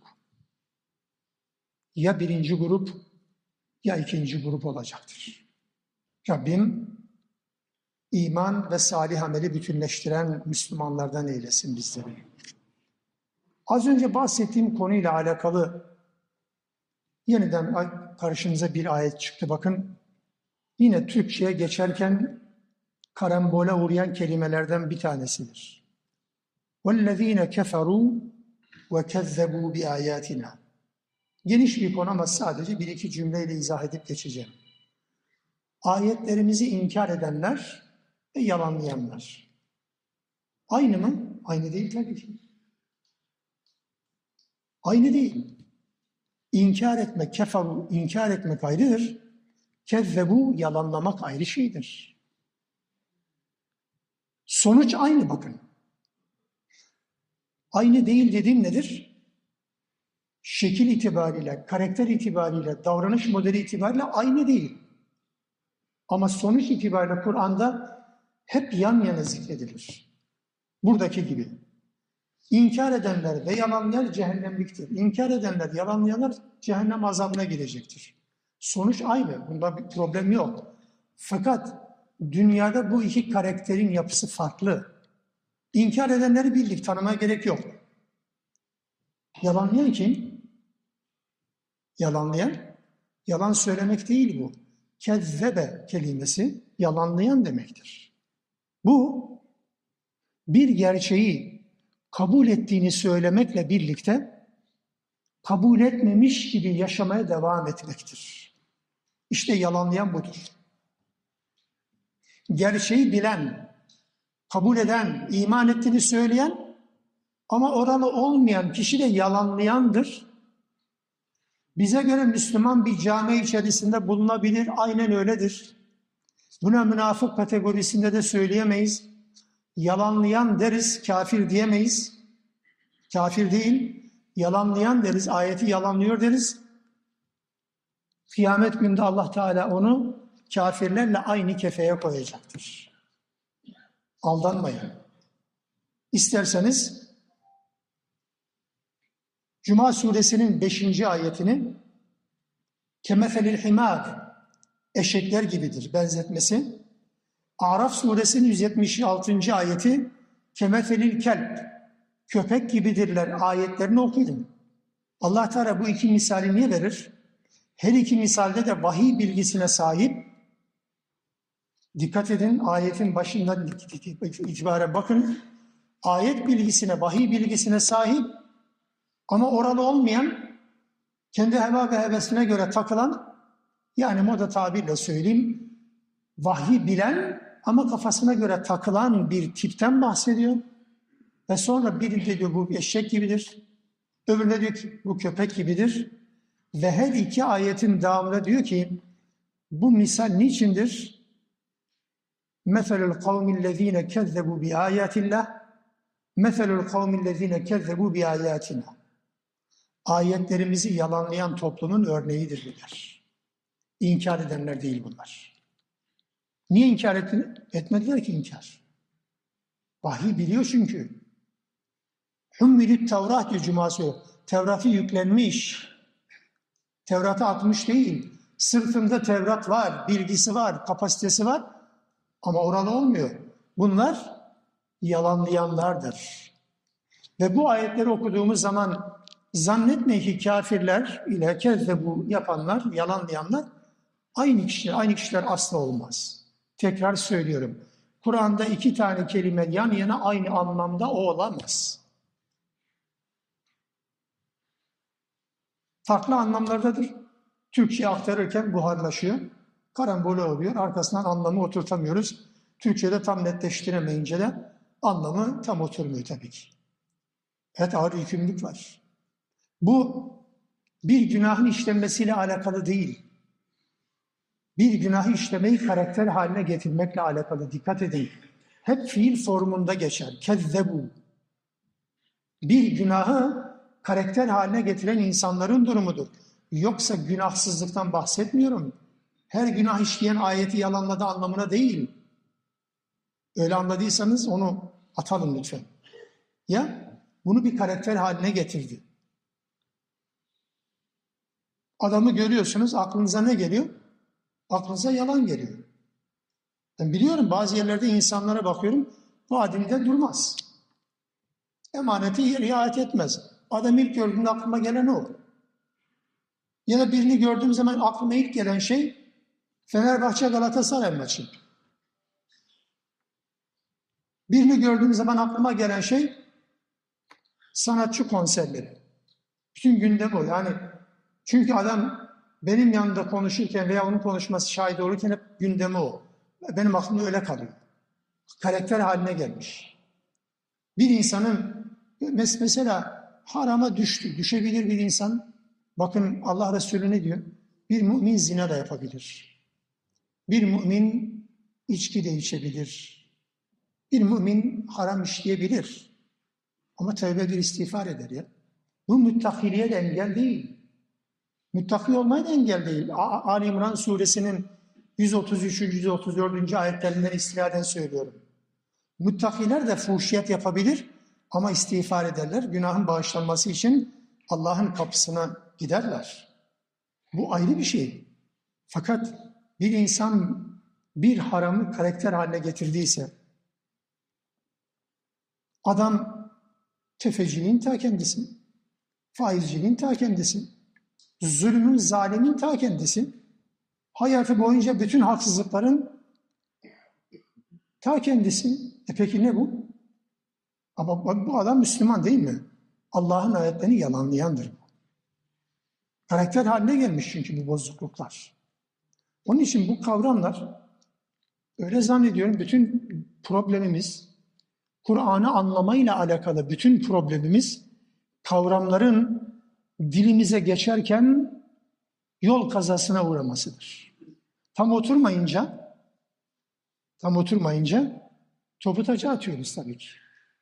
[SPEAKER 1] Ya birinci grup ya ikinci grup olacaktır. Rabbim iman ve salih ameli bütünleştiren Müslümanlardan eylesin bizleri. Az önce bahsettiğim konuyla alakalı yeniden karşımıza bir ayet çıktı. Bakın yine Türkçe'ye geçerken karambole uğrayan kelimelerden bir tanesidir. وَالَّذ۪ينَ كَفَرُوا وَكَذَّبُوا بِآيَاتِنَا. Geniş bir konu ama sadece bir iki cümleyle izah edip geçeceğim. Ayetlerimizi inkar edenler ve yalanlayanlar. Aynı mı? Aynı değil tabii ki. Aynı değil. İnkar etmek, kefaru, inkar etmek ayrıdır. Kezzebu, yalanlamak ayrı şeydir. Sonuç aynı bakın. Aynı değil dediğim nedir? Şekil itibariyle, karakter itibariyle, davranış modeli itibariyle aynı değil. Ama sonuç itibariyle Kur'an'da hep yan yana zikredilir. Buradaki gibi. İnkar edenler ve yalanlayanlar cehennemliktir. İnkar edenler, yalanlayanlar cehennem azabına girecektir. Sonuç aynı. Bunda bir problem yok. Fakat dünyada bu iki karakterin yapısı farklı. İnkar edenleri bildik, tanımaya gerek yok. Yalanlayan kim? Yalanlayan, yalan söylemek değil bu. Kezzebe kelimesi yalanlayan demektir. Bu bir gerçeği kabul ettiğini söylemekle birlikte kabul etmemiş gibi yaşamaya devam etmektir. İşte yalanlayan budur. Gerçeği bilen, kabul eden, iman ettiğini söyleyen ama oralı olmayan kişi de yalanlayandır. Bize göre Müslüman bir cami içerisinde bulunabilir, aynen öyledir. Buna münafık kategorisinde de söyleyemeyiz. Yalanlayan deriz, kafir diyemeyiz. Kafir değil, yalanlayan deriz, ayeti yalanlıyor deriz. Kıyamet günde Allah Teala onu kafirlerle aynı kefeye koyacaktır. Aldanmayın. İsterseniz Cuma suresinin beşinci ayetini kemefelil himar, eşekler gibidir benzetmesi. Araf suresinin yüz yetmiş altıncı ayeti kemefelil kelb, köpek gibidirler ayetlerini okuyun. Allah Teala bu iki misali niye verir? Her iki misalde de vahiy bilgisine sahip. Dikkat edin, ayetin başından itibaren bakın. Ayet bilgisine, vahiy bilgisine sahip ama oralı olmayan, kendi heva ve hevesine göre takılan, yani moda tabirle söyleyeyim, vahiy bilen ama kafasına göre takılan bir tipten bahsediyor. Ve sonra birinde diyor bu eşek gibidir, öbüründe diyor ki bu köpek gibidir. Ve her iki ayetin devamında diyor ki bu misal niçindir? Meselul kavmillezine kezzebu bi ayatillah, meselul kavmillezine kezzebu bi ayatina. Ayetlerimizi yalanlayan toplumun örneğidir bunlar. İnkar edenler değil bunlar. Niye inkar etmediler ki inkar? Vahiy biliyor çünkü. Hümmilit Tevrat diyor Cuma Suresi. Tevrat'ı yüklenmiş. Tevrat'ı atmış değil. Sırtında Tevrat var, bilgisi var, kapasitesi var. Ama oralı olmuyor. Bunlar yalanlayanlardır. Ve bu ayetleri okuduğumuz zaman zannetmeyin ki kafirler ile kezzebu yapanlar, yalanlayanlar aynı kişiler, aynı kişiler asla olmaz. Tekrar söylüyorum. Kur'an'da iki tane kelime yan yana aynı anlamda o olamaz. Farklı anlamlardadır. Türkçe aktarırken buharlaşıyor. Karambole oluyor. Arkasından anlamı oturtamıyoruz. Türkçe'de tam netleştiremeyince de anlamı tam oturmuyor tabii ki. Evet, ağır yükümlülük var. Bu bir günahın işlenmesiyle alakalı değil. Bir günahı işlemeyi karakter haline getirmekle alakalı. Dikkat edin. Hep fiil formunda geçer. Kezzebu. Bir günahı karakter haline getiren insanların durumudur. Yoksa günahsızlıktan bahsetmiyorum. Her günah işleyen ayeti yalanladı anlamına değil. Öyle anladıysanız onu atalım lütfen. Ya bunu bir karakter haline getirdi. Adamı görüyorsunuz, aklınıza ne geliyor? Aklınıza yalan geliyor. Ben biliyorum bazı yerlerde insanlara bakıyorum, vaadinde durmaz. Emaneti riayet etmez. Adam ilk gördüğümde aklıma gelen o. Ya da birini gördüğüm zaman aklıma ilk gelen şey Fenerbahçe Galatasaray maçı. Birini gördüğüm zaman aklıma gelen şey sanatçı konserleri. Bütün gündem o. Yani çünkü adam benim yanımda konuşurken veya onun konuşması şahit olurken hep gündemi o. Benim aklımda öyle kalıyor. Karakter haline gelmiş. Bir insanın mesela harama düştü, düşebilir bir insan. Bakın Allah Resulü ne diyor? Bir mümin zina da yapabilir. Bir mümin içki de içebilir. Bir mümin haram işleyebilir. Ama tövbe bir istiğfar eder ya. Bu müttakiliğe de engel değil. Müttaki olmaya da engel değil. Ali İmran suresinin yüz otuz üç yüz otuz dört ayetlerinden istinaden söylüyorum. Müttakiler de fuhşiyet yapabilir ama istiğfar ederler. Günahın bağışlanması için Allah'ın kapısına giderler. Bu ayrı bir şey. Fakat bir insan bir haramı karakter haline getirdiyse, adam tefeciliğin ta kendisi, faizciliğin ta kendisi, zulmün, zalimin ta kendisi, hayatı boyunca bütün haksızlıkların ta kendisi. E peki ne bu? Ama bu adam Müslüman değil mi? Allah'ın ayetlerini yalanlayandır bu. Karakter haline gelmiş çünkü bu bozukluklar. Onun için bu kavramlar, öyle zannediyorum bütün problemimiz, Kur'an'ı anlamayla alakalı bütün problemimiz, kavramların dilimize geçerken yol kazasına uğramasıdır. Tam oturmayınca, tam oturmayınca topu taca atıyoruz tabii ki.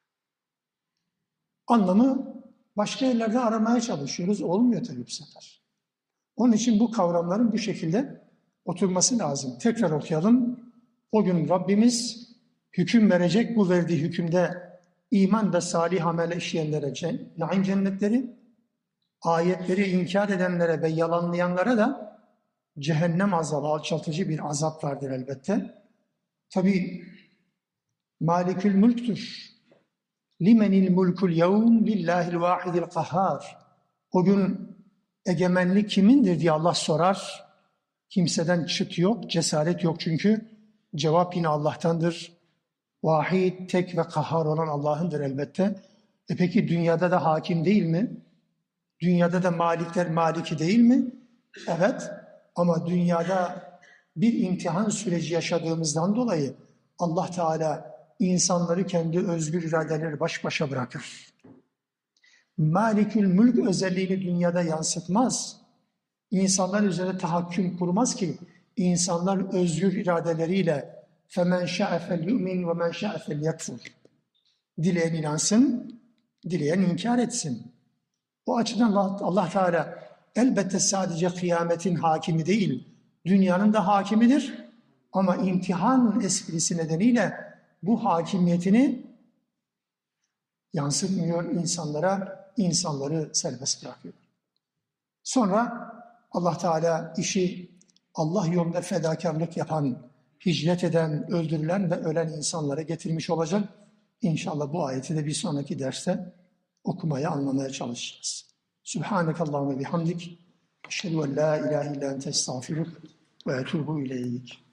[SPEAKER 1] Anlamı başka yerlerde aramaya çalışıyoruz. Olmuyor tabii bu sefer. Onun için bu kavramların bu şekilde oturması lazım. Tekrar okuyalım. O gün Rabbimiz hüküm verecek. Bu verdiği hükümde iman ve salih amel işleyenlere naim cennetleri, ayetleri inkar edenlere ve yalanlayanlara da cehennem azabı, alçaltıcı bir azap vardır elbette. Tabii Malikül Mülk'tür. Limenil mulkul yevm lillahil vahidil kahhar. O gün egemenlik kimindir diye Allah sorar. Kimseden çıt yok, cesaret yok çünkü cevap yine Allah'tandır. Vahid, tek ve kahhar olan Allah'ındır elbette. E peki dünyada da hakim değil mi? Dünyada da malikler maliki değil mi? Evet, ama dünyada bir imtihan süreci yaşadığımızdan dolayı Allah Teala insanları kendi özgür iradeleri baş başa bırakır. Malikül mülk özelliğini dünyada yansıtmaz. İnsanlar üzerine tahakküm kurmaz ki insanlar özgür iradeleriyle فَمَنْ شَاءَ فَلْيُؤْمِنْ وَمَنْ شَاءَ فَلْيَكْفُرْ. Dileyen inansın, dileyen inkar etsin. O açıdan Allah, Allah Teala elbette sadece kıyametin hakimi değil, dünyanın da hakimidir. Ama imtihan esprisi nedeniyle bu hakimiyetini yansıtmıyor insanlara, insanları serbest bırakıyor. Sonra Allah Teala işi Allah yolunda fedakarlık yapan, hicret eden, öldürülen ve ölen insanlara getirmiş olacak. İnşallah bu ayeti de bir sonraki derste okumaya, anlamaya çalışacağız. Subhanekallahümme bihamdik. Eşhedü en la ilahe illa ente estağfiruk ve etûbü ileyk.